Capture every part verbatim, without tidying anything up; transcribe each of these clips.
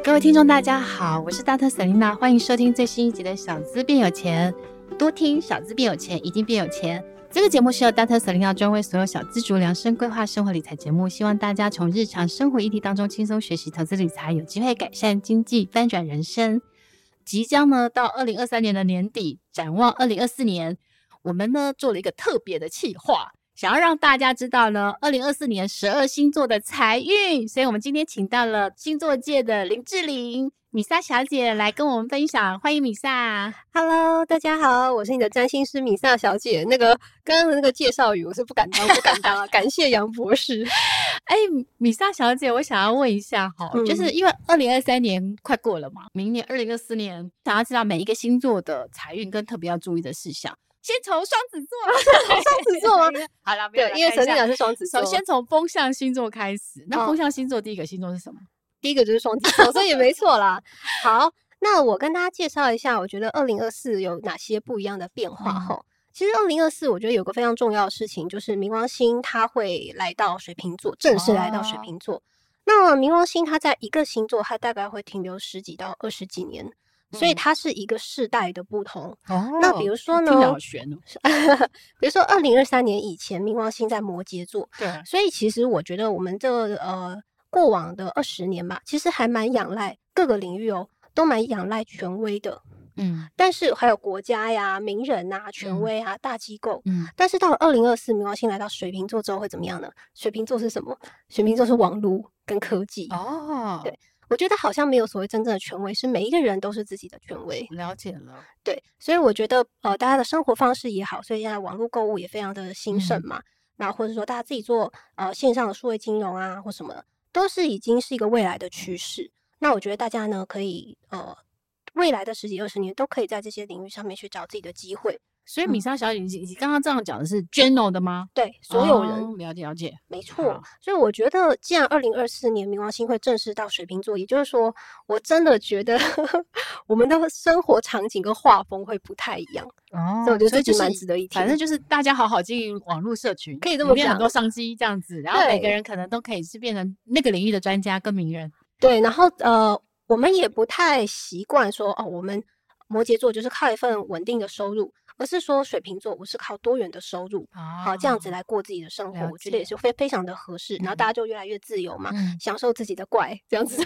各位听众大家好，我是大特 Selina， 欢迎收听最新一集的小资变有钱，多听小资变有钱，一定变有钱。这个节目是由大特 Selina 专为所有小资族量身规划生活理财节目，希望大家从日常生活议题当中轻松学习投资理财，有机会改善经济，翻转人生。即将呢到二零二三年的年底，展望二零二四年，我们呢做了一个特别的企划，想要让大家知道呢二零二四年十二星座的财运，所以我们今天请到了星座界的林志玲米萨小姐来跟我们分享，欢迎米萨。 Hello， 大家好，我是你的占星师米萨小姐。那个刚刚的那个介绍语我是不敢当不敢当啊，感谢杨博士。 哎，米萨小姐，我想要问一下哈、嗯，就是因为二零二三年快过了嘛，明年二零二四年想要知道每一个星座的财运跟特别要注意的事项。先从双子座， 双子座吗？ 好了， 对，因为Selina是双子座。 首先从风象星座开始，那风象星座第一个星座是什么？哦、 第一个就是双子座，所以也没错啦。好，那我跟大家介绍一下，我觉得二零二四有哪些不一样的变化哈、嗯。其实二零二四我觉得有个非常重要的事情，就是冥王星它会来到水瓶座，正式来到水瓶座。哦、那冥王星它在一个星座，它大概会停留十几到二十几年。所以它是一个世代的不同。哦、那比如说呢， 听得好悬哦。 比如说二零二三年以前，冥王星在摩羯座， 对， 所以其实我觉得我们这呃过往的二十年吧，其实还蛮仰赖各个领域哦，都蛮仰赖权威的。嗯，但是还有国家呀、名人啊、权威啊、嗯、大机构。嗯，但是到了二零二四，冥王星来到水瓶座之后会怎么样呢？水瓶座是什么？水瓶座是网络跟科技。哦，对。我觉得好像没有所谓真正的权威，是每一个人都是自己的权威。 了解了， 对，所以我觉得呃，大家的生活方式也好，所以现在网络购物也非常的兴盛嘛，然后、嗯、或者说大家自己做呃线上的数位金融啊，或什么，都是已经是一个未来的趋势。那我觉得大家呢，可以呃未来的十几二十年都可以在这些领域上面去找自己的机会。 所以米莎小姐，你、嗯、你刚刚这样讲的是 general 的吗？ 对，所有人、 哦、了解了解， 没错。所以我觉得，既然二零二四年冥王星会正式到水瓶座，也就是说，我真的觉得呵呵我们的生活场景跟画风会不太一样。哦，所以我觉得这集蛮值得一听。 反正就是大家好好经营网络社群， 可以这么讲， 很多商机这样子，然后每个人可能都可以是变成那个领域的专家跟名人。 对，然后呃，我们也不太习惯说哦，我们摩羯座就是靠一份稳定的收入。而是说水瓶座我是靠多元的收入、哦、好这样子来过自己的生活，我觉得也是非非常的合适、嗯、然后大家就越来越自由嘛、嗯、享受自己的怪这样子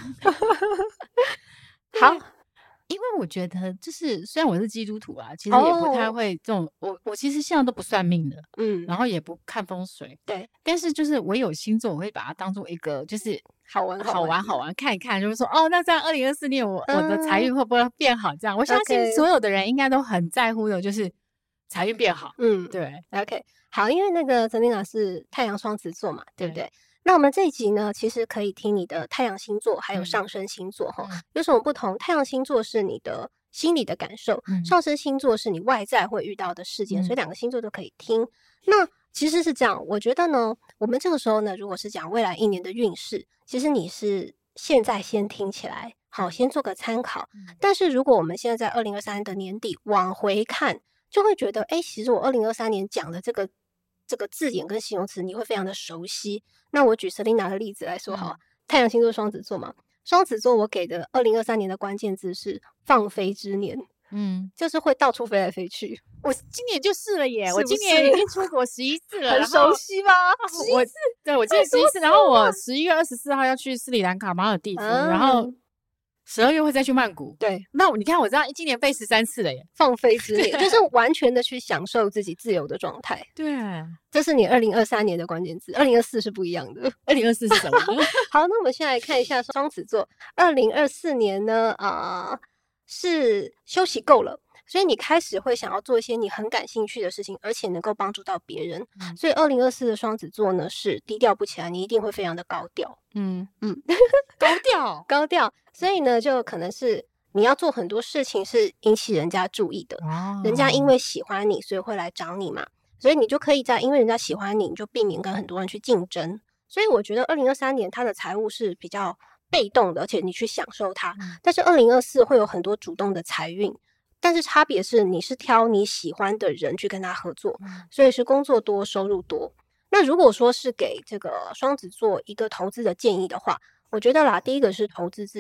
好， 因为我觉得就是虽然我是基督徒啊，其实也不太会这种、哦、我我其实现在都不算命的，嗯，然后也不看风水， 对， 但是就是我有星座我会把它当做一个就是好玩好玩好玩看一看，就是说哦，那这样二零二四年我、嗯、我的财运会不会变好？这样我相信所有的人应该都很在乎的，就是财运变好。嗯，对 ，OK， 好，因为那个Selina是太阳双子座嘛，对不对？那我们这一集呢，其实可以听你的太阳星座还有上升星座哈、嗯，有什么不同？太阳星座是你的心理的感受，嗯、上升星座是你外在会遇到的事件，嗯、所以两个星座都可以听。那其实是这样，我觉得呢，我们这个时候呢，如果是讲未来一年的运势，其实你是现在先听起来，好，先做个参考。嗯、但是如果我们现在在二零二三的年底往回看，就会觉得，哎，其实我二零二三年讲的这个这个字眼跟形容词，你会非常的熟悉。那我举 Selina 的例子来说，好、嗯，太阳星座双子座嘛，双子座我给的二零二三年的关键字是放飞之年，嗯，就是会到处飞来飞去。 我今年就是了耶，是是我今年已经出国十一次了， 很熟悉吧？ 十一次，对，我记得十一次。然后我十一月二十四号要去斯里兰卡马尔地夫，嗯、然后十二月会再去曼谷。 对， 那你看我这样今年飞十三次了耶， 放飞之年就是完全的去享受自己自由的状态。 对， 这是你二零二三年的关键字，二零二四是不一样的。 二零二四是什么？ 好，那我们先来看一下双子座，二零二四年呢，啊、呃，是休息够了。所以你开始会想要做一些你很感兴趣的事情，而且能够帮助到别人。嗯、所以二零二四的双子座呢是低调不起来，你一定会非常的高调。嗯嗯，高调高调。所以呢，就可能是你要做很多事情是引起人家注意的，哦、人家因为喜欢你，所以会来找你嘛。所以你就可以在因为人家喜欢你，你就避免跟很多人去竞争。所以我觉得二零二三年它的财务是比较被动的，而且你去享受它。嗯、但是二零二四会有很多主动的财运。但是差别是你是挑你喜欢的人去跟他合作，嗯、所以是工作多收入多。那如果说是给这个双子座一个投资的建议的话，我觉得啦，第一个是投资自己，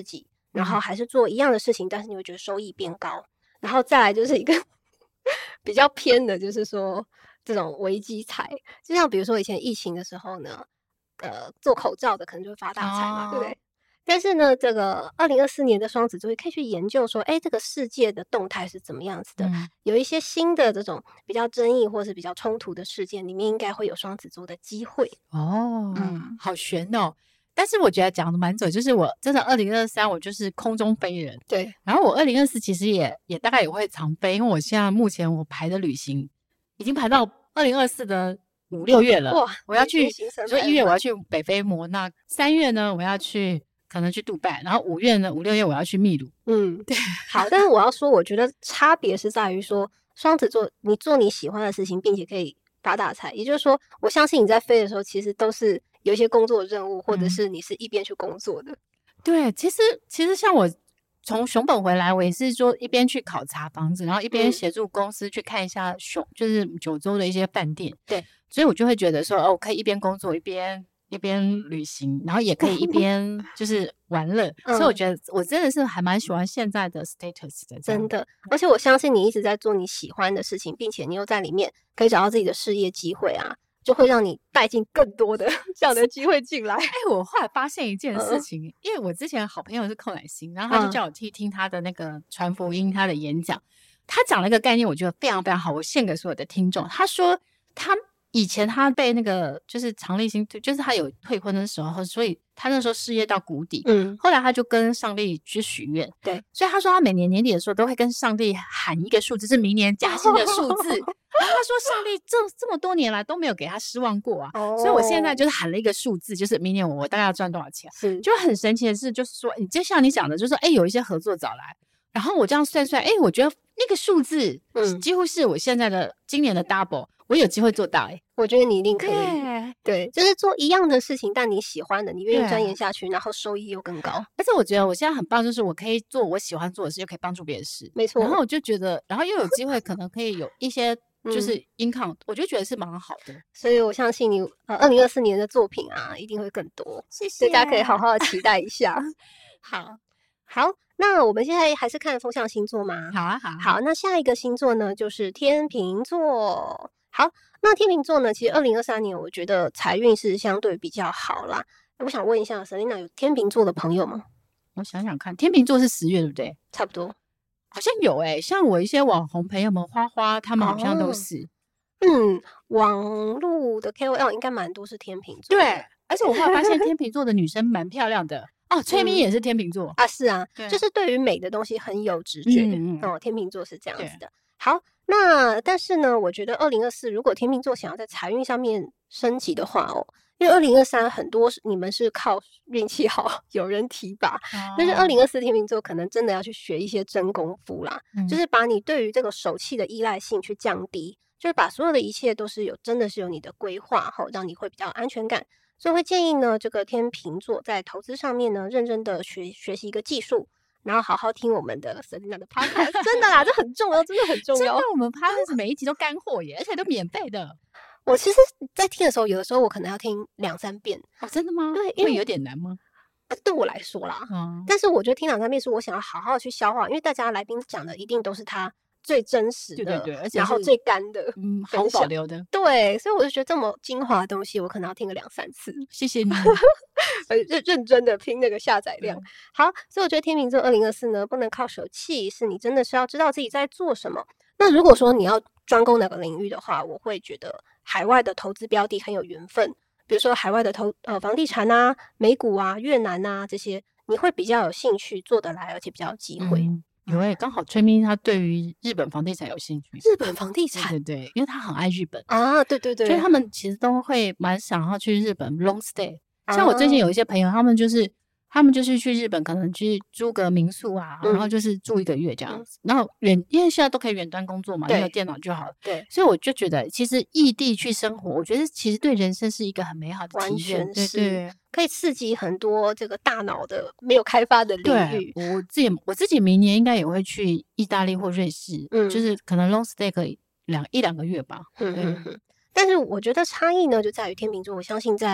然后还是做一样的事情，但是你会觉得收益变高。然后再来就是一个比较偏的，就是说这种危机财，就像比如说以前疫情的时候呢，呃，做口罩的可能就会发大财嘛，哦、对不对？但是呢，这个二零二四年的双子座也可以去研究说，哎，这个世界的动态是怎么样子的？嗯、有一些新的这种比较争议或是比较冲突的事件，里面应该会有双子座的机会。 哦，嗯，好悬哦。但是我觉得讲的蛮准，就是我真的二零二三我就是空中飞人， 对。 然后我二零二四其实也也大概也会常飞，因为我现在目前我排的旅行已经排到二零二四的五六月了。哇，我要去，说一月我要去北非摩纳，三月呢我要去可能去杜拜，然后五月呢五六月我要去秘鲁。 嗯，对。好，但是我要说，我觉得差别是在于说，双子座你做你喜欢的事情，并且可以发大财，也就是说，我相信你在飞的时候，其实都是有一些工作任务，或者是你是一边去工作的。嗯、 对，其实其实像我从熊本回来，我也是说一边去考察房子，然后一边协助公司去看一下熊，嗯、就是九州的一些饭店。 对， 所以我就会觉得说，哦，我可以一边工作一边一边旅行，然后也可以一边就是玩乐。嗯、所以我觉得我真的是还蛮喜欢现在的 status 的， 真的。而且我相信你一直在做你喜欢的事情，并且你又在里面可以找到自己的事业机会啊。就会让你带进更多的这样的机会进来。 哎，我后来发现一件事情，嗯、因为我之前好朋友是寇乃馨，然后他就叫我去听他的那个传福音，他的演讲，他讲了一个概念，我觉得非常非常好，我献给所有的听众。他说他以前他被那个就是常立新，就是他有退婚的时候，所以他那时候事业到谷底。嗯，后来他就跟上帝去许愿， 对， 所以他说他每年年底的时候都会跟上帝喊一个数字，是明年加薪的数字。然后他说上帝这这么多年来都没有给他失望过啊，哦、所以我现在就是喊了一个数字，就是明年我我大概要赚多少钱。是，就很神奇的是，就是说你就像你讲的，就是说哎有一些合作找来，然后我这样算算，哎，我觉得那个数字，嗯，几乎是我现在的今年的 double， 我有机会做到。哎， 我觉得你一定可以。对，对，就是做一样的事情，但你喜欢的，你愿意钻研下去，然后收益又更高。 而且我觉得我现在很棒，就是我可以做我喜欢做的事，又可以帮助别人事。 没错。 然后我就觉得，然后又有机会，可能可以有一些就是 income，、嗯、我就觉得是蛮好的。 所以我相信你，呃，二零二四年的作品啊，一定会更多。 谢谢， 大家可以好好的期待一下。 好， 好。那我们现在还是看风象星座吗？ 好啊，好啊。 好，那下一个星座呢，就是天秤座。好，那天秤座呢，其实二零二三年我觉得财运是相对比较好啦。我想问一下 Selina 有天秤座的朋友吗？ 我想想看，天秤座是十月对不对？ 差不多， 好像有诶、欸，像我一些网红朋友们，花花他们好像都是。 哦、嗯，网路的 K O L 应该蛮多是天秤座。 对，而且我后来发现天秤座的女生蛮漂亮的。哦，崔咪也是天秤座、嗯、 啊，是啊，就是对于美的东西很有直觉、嗯、哦。天秤座是这样子的。好，那但是呢，我觉得二零二四如果天秤座想要在财运上面升级的话哦，因为二零二三很多你们是靠运气好，有人提拔，哦、但是二零二四天秤座可能真的要去学一些真功夫啦，嗯、就是把你对于这个手气的依赖性去降低，就是把所有的一切都是有真的是有你的规划后，让你会比较安全感。所以会建议呢，这个天秤座在投资上面呢，认真的学学习一个技术，然后好好听我们的 Selina 的 podcast， 真的啦，这很重要，真的很重要。 真的，我们 podcast 每一集都干货耶，而且都免费的。 我其实，在听的时候，有的时候我可能要听两三遍。 哦，真的吗？ 对，因为有点难吗？ 对我来说啦，嗯、但是我觉得听两三遍是我想要好好去消化，因为大家来宾讲的一定都是他最真实的， 对对对，而且然后最干的， 嗯，毫无保留的， 对，所以我就觉得这么精华的东西，我可能要听个两三次。 谢谢你， 认认真的拼那个下载量。好，所以我觉得天秤座二零二四呢，不能靠手气，是你真的是要知道自己在做什么。那如果说你要专攻哪个领域的话，我会觉得海外的投资标的很有缘分，比如说海外的投呃房地产啊、美股啊、越南啊这些，你会比较有兴趣做得来，而且比较有机会。嗯有诶、欸，刚好崔咪他对于日本房地产有兴趣。 日本房地产， 对对对，因为他很爱日本啊，对对对， 所以他们其实都会蛮想要去日本 long stay。像我最近有一些朋友，他们就是他们就是去日本，可能去租个民宿啊，嗯、然后就是住一个月这样子。嗯、然后远，因为现在都可以远端工作嘛，你有电脑就好了。 对， 所以我就觉得，其实异地去生活，我觉得其实对人生是一个很美好的体验，对对。 可以刺激很多这个大脑的没有开发的领域。 我自己我自己明年应该也会去意大利或瑞士，嗯，就是可能 long stay 可以两一两个月吧。 嗯嗯嗯。但是我觉得差异呢，就在于天秤座，我相信在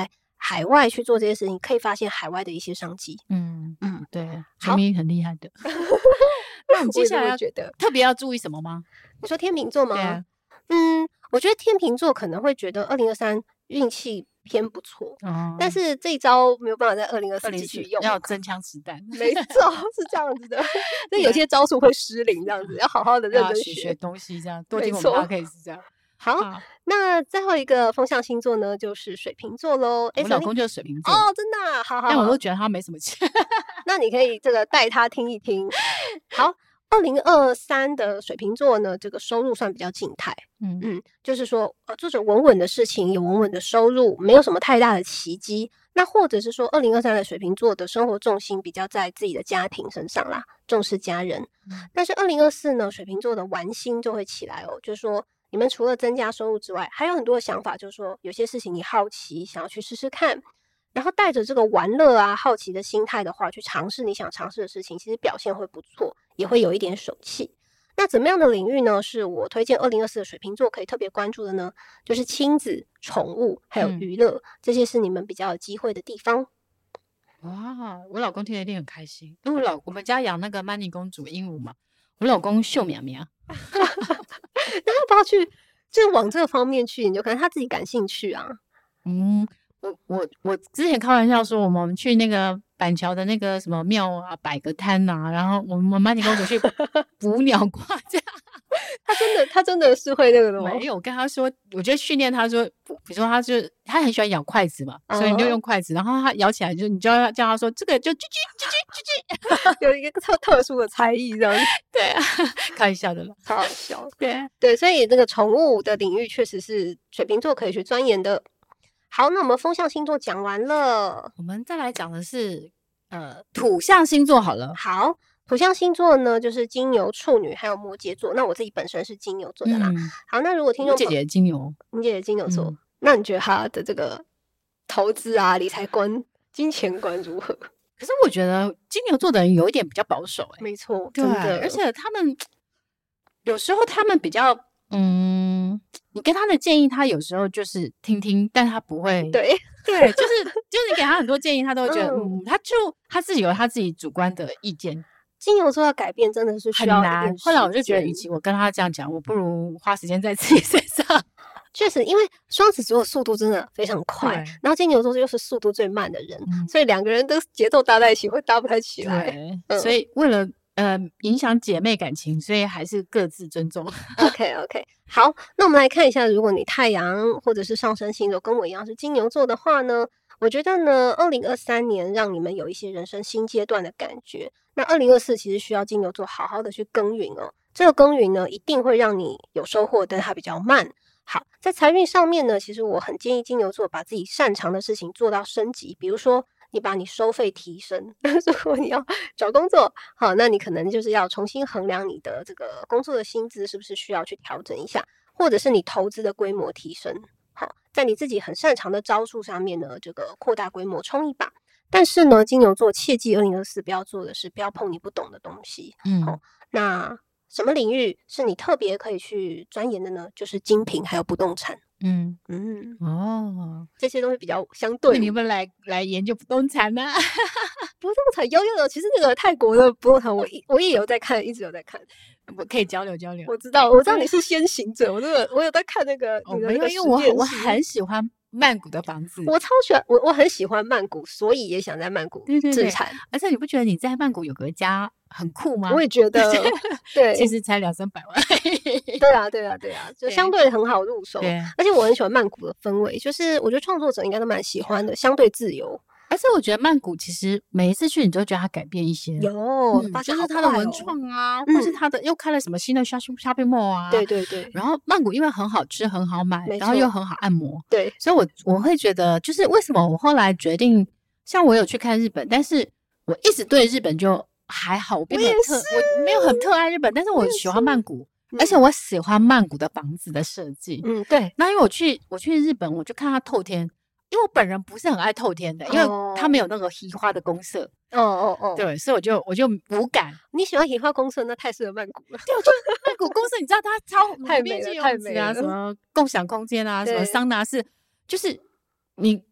海外去做这些事情，可以发现海外的一些商机。 嗯嗯， 对，全民很厉害的。那我们接下来要觉得特别要注意什么吗？ 你说天秤座吗？ 对啊， 嗯，我觉得天秤座可能会觉得二零二三运气偏不错， 哦， 但是这一招没有办法在二零二四继续用， 要真枪实弹。 没错，是这样子的。那有些招数会失灵，这样子要好好的认真学学东西，这样多听我没错们 podcast 这样。 好， 好， 那最后一个风象星座呢，就是水瓶座喽。 我老公就是水瓶座哦，真的啊，好好好， 但我都觉得他没什么钱。 那你可以这个带他听一听。好，二零二三的水瓶座呢，这个收入算比较静态。 嗯嗯，就是说呃，做着稳稳的事情，有稳稳的收入，没有什么太大的奇迹。那或者是说，二零二三的水瓶座的生活重心比较在自己的家庭身上啦，重视家人。 嗯但是二零二四呢，水瓶座的玩心就会起来哦，就是说你们除了增加收入之外，还有很多的想法，就是说有些事情你好奇，想要去试试看，然后带着这个玩乐啊、好奇的心态的话，去尝试你想尝试的事情，其实表现会不错，也会有一点手气。那怎么样的领域呢？是我推荐二零二四的水瓶座可以特别关注的呢？就是亲子、宠物还有娱乐，嗯、这些是你们比较有机会的地方。 哇，我老公听了一定很开心，因为我老我们家养那个曼妮公主鹦鹉嘛，我老公秀苗苗， 那要不要去就往这个方面去？你就可能他自己感兴趣啊。 嗯，我我我之前开玩笑说，我们去那个板桥的那个什么庙啊，摆个摊啊，然后我们曼妮公主去捕鸟挂这样。 他真的，他真的是会那个的吗？ 没有，我跟他说，我就训练他说，比如说他就他很喜欢咬筷子嘛，哦、所以你就用筷子，然后他咬起来就你就要叫他说这个就啾啾啾啾啾， 有一个特特殊的才艺这样子。 对啊，开玩笑的了， 超好笑。 对对，所以这个宠物的领域确实是水瓶座可以去钻研的。好，那我们风象星座讲完了， 我们再来讲的是呃土象星座好了。 好。土象星座呢，就是金牛、处女还有摩羯座。那我自己本身是金牛座的啦。嗯、好，那如果听众我姐姐金牛， 你姐姐金牛座，嗯、那你觉得他的这个投资啊、理财观、金钱观如何？ 可是我觉得金牛座的人有一点比较保守、欸， 没错， 真的，而且他们有时候他们比较，嗯，你跟他的建议，他有时候就是听听，但他不会， 对对，就是就是你给他很多建议，他都会觉得，嗯, 嗯，他就他自己有他自己主观的意见。 金牛座要改变真的是需要很难。后来我就觉得，与其我跟他这样讲，我不如花时间在自己身上。 确实，因为双子座的速度真的非常快，然后金牛座又是速度最慢的人，嗯、所以两个人的节奏搭在一起会搭不太起来。 对，嗯、所以为了呃影响姐妹感情，所以还是各自尊重。 OK OK， 好，那我们来看一下，如果你太阳或者是上升星座跟我一样是金牛座的话呢？我觉得呢，二零二三年让你们有一些人生新阶段的感觉。那二零二四其实需要金牛座好好的去耕耘哦。这个耕耘呢，一定会让你有收获，但它比较慢。好，在财运上面呢，其实我很建议金牛座把自己擅长的事情做到升级，比如说你把你收费提升。如果你要找工作，好，那你可能就是要重新衡量你的这个工作的薪资是不是需要去调整一下，或者是你投资的规模提升。好，在你自己很擅长的招数上面呢，这个扩大规模冲一把。但是呢，金牛座切记二零二四不要做的是不要碰你不懂的东西。嗯，好，那什么领域是你特别可以去钻研的呢？就是精品还有不动产。嗯嗯哦，这些东西比较相对。 那你们来来研究不动产呢、啊？ 不动产有有有，其实那个泰国的不动产我我也有在看，一直有在看。 我可以交流交流。 我知道，我知道你是先行者，我这个我有在看那个。 哦，没有，因为我我很喜欢曼谷的房子， 我超喜欢，我我很喜欢曼谷，所以也想在曼谷置产。 而且你不觉得你在曼谷有个家很酷吗？ 我也觉得，对， 其实才两三百万。 对啊，对啊，对啊，就相对很好入手。而且我很喜欢曼谷的氛围，就是我觉得创作者应该都蛮喜欢的，相对自由。 而且我觉得曼谷其实每一次去，你都觉得它改变一些， 有， 嗯、就是它的文创啊，嗯、或是它的又开了什么新的 shopping shopping mall 啊， 对对对。 然后曼谷因为很好吃，很好买，然后又很好按摩， 对， 所以我我会觉得，就是为什么我后来决定，像我有去看日本，但是我一直对日本就还好，我并没有特，我没有很特爱日本，但是我喜欢曼谷。而且我喜欢曼谷的房子的设计，嗯，对。那因为我去我去日本，我就看它透天。因为我本人不是很爱透天的，因为他没有那个移花的公社。哦哦哦，对，所以我就我就无感。 你喜欢移花公社，那太适合曼谷了。 对，我就曼谷公社，你知道它超太美了，太美了， 什么共享空间啊，什么桑拿室，就是你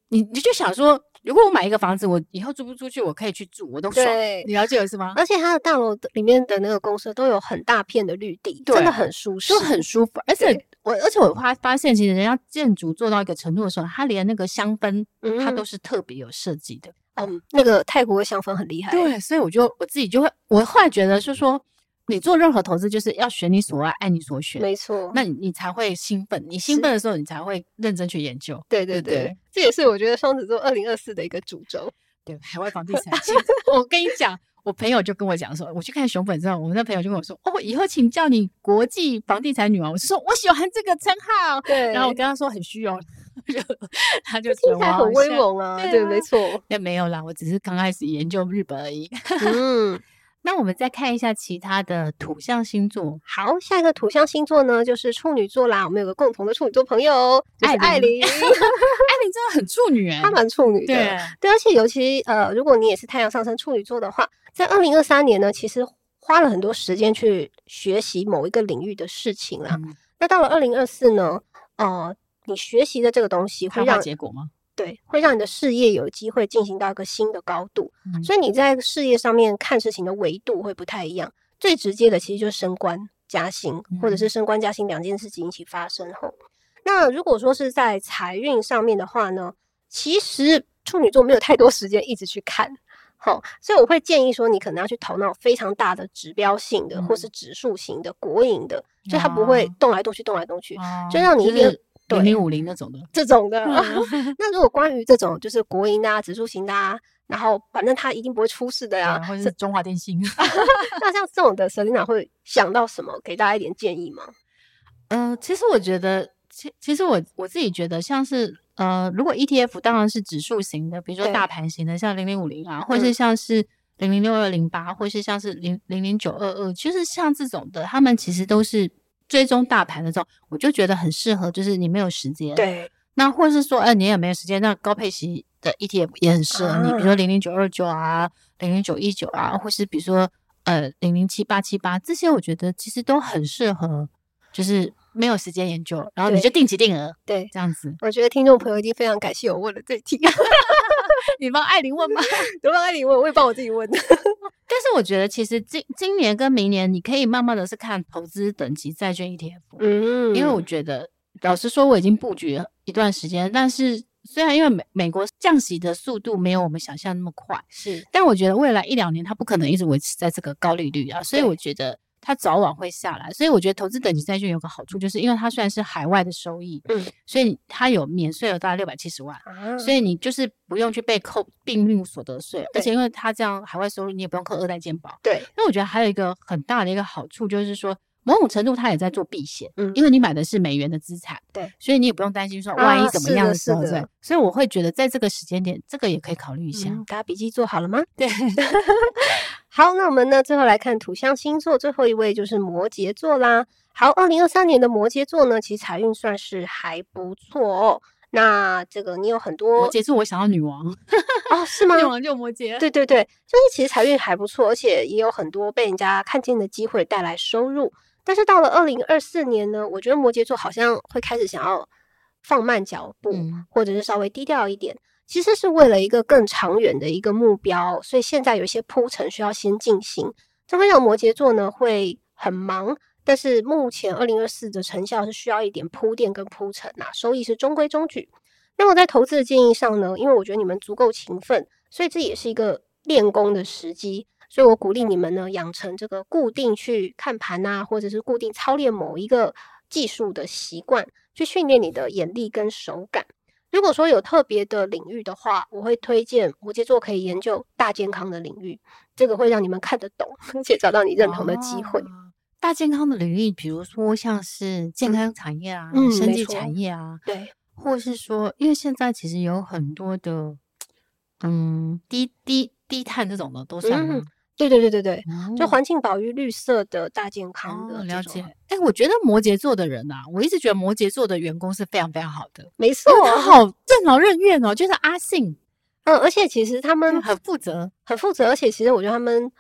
你你就想说，如果我买一个房子，我以后租不出去，我可以去住，我都爽。你了解了是吗？ 而且它的大楼里面的那个公社都有很大片的绿地，真的很舒适， 就很舒服。而且我而且我发发现，其实人家建筑做到一个程度的时候，它连那个香氛，嗯、它都是特别有设计的。 嗯，那个泰国的香氛很厉害。 对，所以我就我自己就会，我后来觉得就是说。你做任何投资就是要选你所爱，爱你所选， 没错。 那你你才会兴奋，你兴奋的时候，你才会认真去研究。 对对 对, 对，这也是我觉得双子座二零二四的一个主轴。 对，海外房地产。我跟你讲，我朋友就跟我讲说，我去看熊本之后，我们那朋友就跟我说，哦，以后请叫你国际房地产女王。我就说我喜欢这个称号。 对， 然后我跟他说很虚荣，他就听起来很威猛啊。对, 对，没错。 也没有啦，我只是刚开始研究日本而已。嗯。那我们再看一下其他的土象星座。 好，下一个土象星座呢，就是处女座啦。我们有个共同的处女座朋友，就是艾琳。艾琳真的很处女哎、欸， 她蛮处女的。 对对，而且尤其呃，如果你也是太阳上升处女座的话，在二零二三年呢，其实花了很多时间去学习某一个领域的事情啦。嗯、那到了二零二四呢，呃，你学习的这个东西会让结果吗？ 对，会让你的事业有机会进行到一个新的高度，嗯、所以你在事业上面看事情的维度会不太一样。最直接的其实就是升官加薪，嗯、或者是升官加薪两件事情一起发生后。那如果说是在财运上面的话呢，其实处女座没有太多时间一直去看，好，所以我会建议说，你可能要去投那种非常大的指标性的，嗯、或是指数型的、国营的，就它不会动来动去、动来动去，哦、就让你一边。就是零零五零那种的， 这种的。嗯、那如果关于这种就是国营的啊、指数型的啊，然后反正它一定不会出事的呀、 啊，或者是中华电信。 那像这种的 Selina 会想到什么？给大家一点建议吗？ 呃，其实我觉得，其其实我我自己觉得，像是呃，如果 E T F 当然是指数型的，比如说大盘型的，像零零五零啊，或是像是零零六二零八，或是像是零零零九二二，就是像这种的，他们其实都是。追踪大盘的这种，我就觉得很适合，就是你没有时间， 对， 那或是说，哎、呃，你也没有时间，那高配息的 E T F 也很适合你，啊、比如说零零九二九啊，零零九一九啊，或是比如说呃零零七八七八这些，我觉得其实都很适合，就是没有时间研究，然后你就定期定额， 对， 这样子。 我觉得听众朋友一定非常感谢我问了这题。 你帮艾琳问吗？ 我帮艾琳问，我也帮我自己问。 但是我觉得其实今今年跟明年你可以慢慢的是看投资等级债券 E T F， 嗯，因为我觉得老实说我已经布局了一段时间，但是虽然因为美美国降息的速度没有我们想象那么快， 是， 但我觉得未来一两年它不可能一直维持在这个高利率啊，所以我觉得它早晚会下来，所以我觉得投资等级债券有个好处，就是因为它虽然是海外的收益，嗯，所以它有免税额大概六百七十万、啊，所以你就是不用去被扣并入所得税，而且因为它这样海外收入你也不用扣二代健保， 对。 那我觉得还有一个很大的一个好处就是说，某种程度它也在做避险，嗯，因为你买的是美元的资产， 对， 所以你也不用担心说万一怎么样的时候，对、啊，所以我会觉得在这个时间点，这个也可以考虑一下。 嗯、大家笔记做好了吗？ 对。 好，那我们呢最后来看土象星座，最后一位就是摩羯座啦。好，二零二三年的摩羯座呢，其实财运算是还不错哦。那这个你有很多摩羯座，我想要女王哦，是吗？ 女王就摩羯， 对对对，就是其实财运还不错，而且也有很多被人家看见的机会带来收入。但是到了二零二四年呢，我觉得摩羯座好像会开始想要放慢脚步，嗯、或者是稍微低调一点。其实是为了一个更长远的一个目标，所以现在有一些铺陈需要先进行，这会让摩羯座呢会很忙，但是目前二零二四的成效是需要一点铺垫跟铺陈啊，收益是中规中矩。那么在投资的建议上呢，因为我觉得你们足够勤奋，所以这也是一个练功的时机，所以我鼓励你们呢养成这个固定去看盘啊，或者是固定操练某一个技术的习惯，去训练你的眼力跟手感。如果说有特别的领域的话，我会推荐摩羯座可以研究大健康的领域，这个会让你们看得懂，而且找到你认同的机会。哦、 大健康的领域，比如说像是健康产业啊、嗯、生技产业啊， 对， 或是说，因为现在其实有很多的，嗯，低低低碳这种的都算吗？ 嗯对对对对对，哦、就环境保育、绿色的大健康的、 哦、了解。哎，我觉得摩羯座的人啊，我一直觉得摩羯座的员工是非常非常好的， 没错， 他好任劳任怨哦，就是阿信， 嗯，而且其实他们很负责， 很负责，而且其实我觉得他们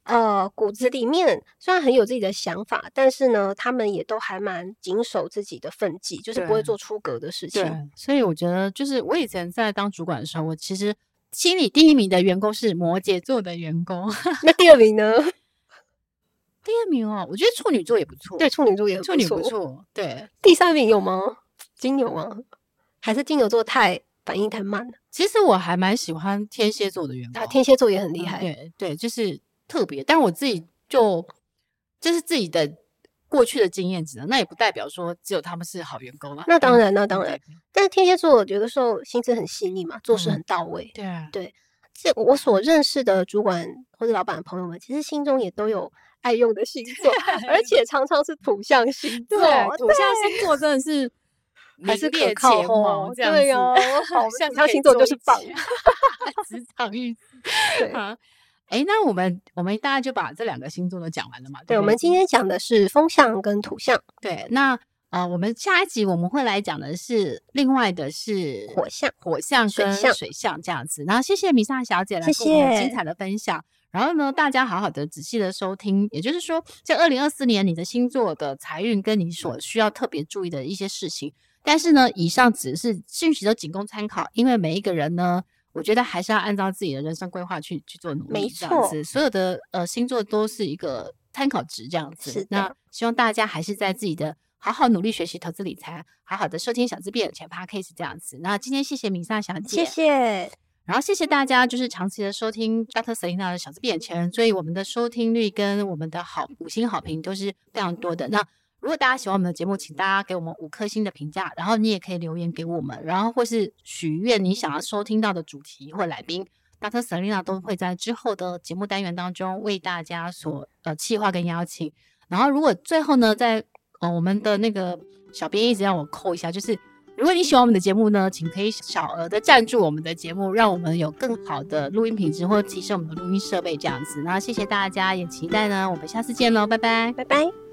呃骨子里面虽然很有自己的想法，但是呢，他们也都还蛮谨守自己的分际，就是不会做出格的事情。 对，所以我觉得就是我以前在当主管的时候，我其实心里第一名的员工是摩羯座的员工。 那第二名呢？ 第二名哦，我觉得处女座也不错。 对，处女座也很不错。 处女不错。对， 第三名有吗？金牛吗？还是金牛座太反应太慢了？ 其实我还蛮喜欢天蝎座的员工。 啊，天蝎座也很厉害。 嗯、对对，就是特别。但我自己就这、就是自己的过去的经验值，那也不代表说只有他们是好员工啊。 那当然，那当然。嗯、但是天蝎座有的时候心思很细腻嘛，做事很到位。 嗯、对啊， 对。这我所认识的主管或者老板的朋友们，其实心中也都有爱用的星座，而且常常是土象星座。 对，土象星座真的是还是可靠哦，这样子。 对哦，好，土象星座就是棒。 职场运对啊。哎，那我们我们大概就把这两个星座都讲完了嘛？ 对, 对，我们今天讲的是风象跟土象。 对，那呃，我们下一集我们会来讲的是另外的是火象、 火象跟水象这样子。然后谢谢米莎小姐来跟我们精彩的分享。谢谢。然后呢，大家好好的仔细的收听，也就是说，在二零二四年你的星座的财运跟你所需要特别注意的一些事情。但是呢，以上只是讯息都仅供参考，因为每一个人呢，我觉得还是要按照自己的人生规划去去做努力， 没错，这样子。 所有的呃星座都是一个参考值这样子。 是的。 那希望大家还是在自己的好好努力学习投资理财，好好的收听小资变有钱 Podcast 这样子。那今天谢谢米莎小姐， 谢谢。 然后谢谢大家，就是长期的收听 Doctor Selena 的小资变有钱，所以我们的收听率跟我们的好五星好评都是非常多的。那如果大家喜欢我们的节目，请大家给我们五颗星的评价，然后你也可以留言给我们，然后或是许愿你想要收听到的主题或来宾， Doctor Selena 都会在之后的节目单元当中为大家所呃企划跟邀请。然后如果最后呢，在呃我们的那个小编一直让我扣一下，就是如果你喜欢我们的节目呢，请可以小额的赞助我们的节目，让我们有更好的录音品质或提升我们的录音设备这样子。然后谢谢大家，也期待呢我们下次见咯，拜拜， 拜拜。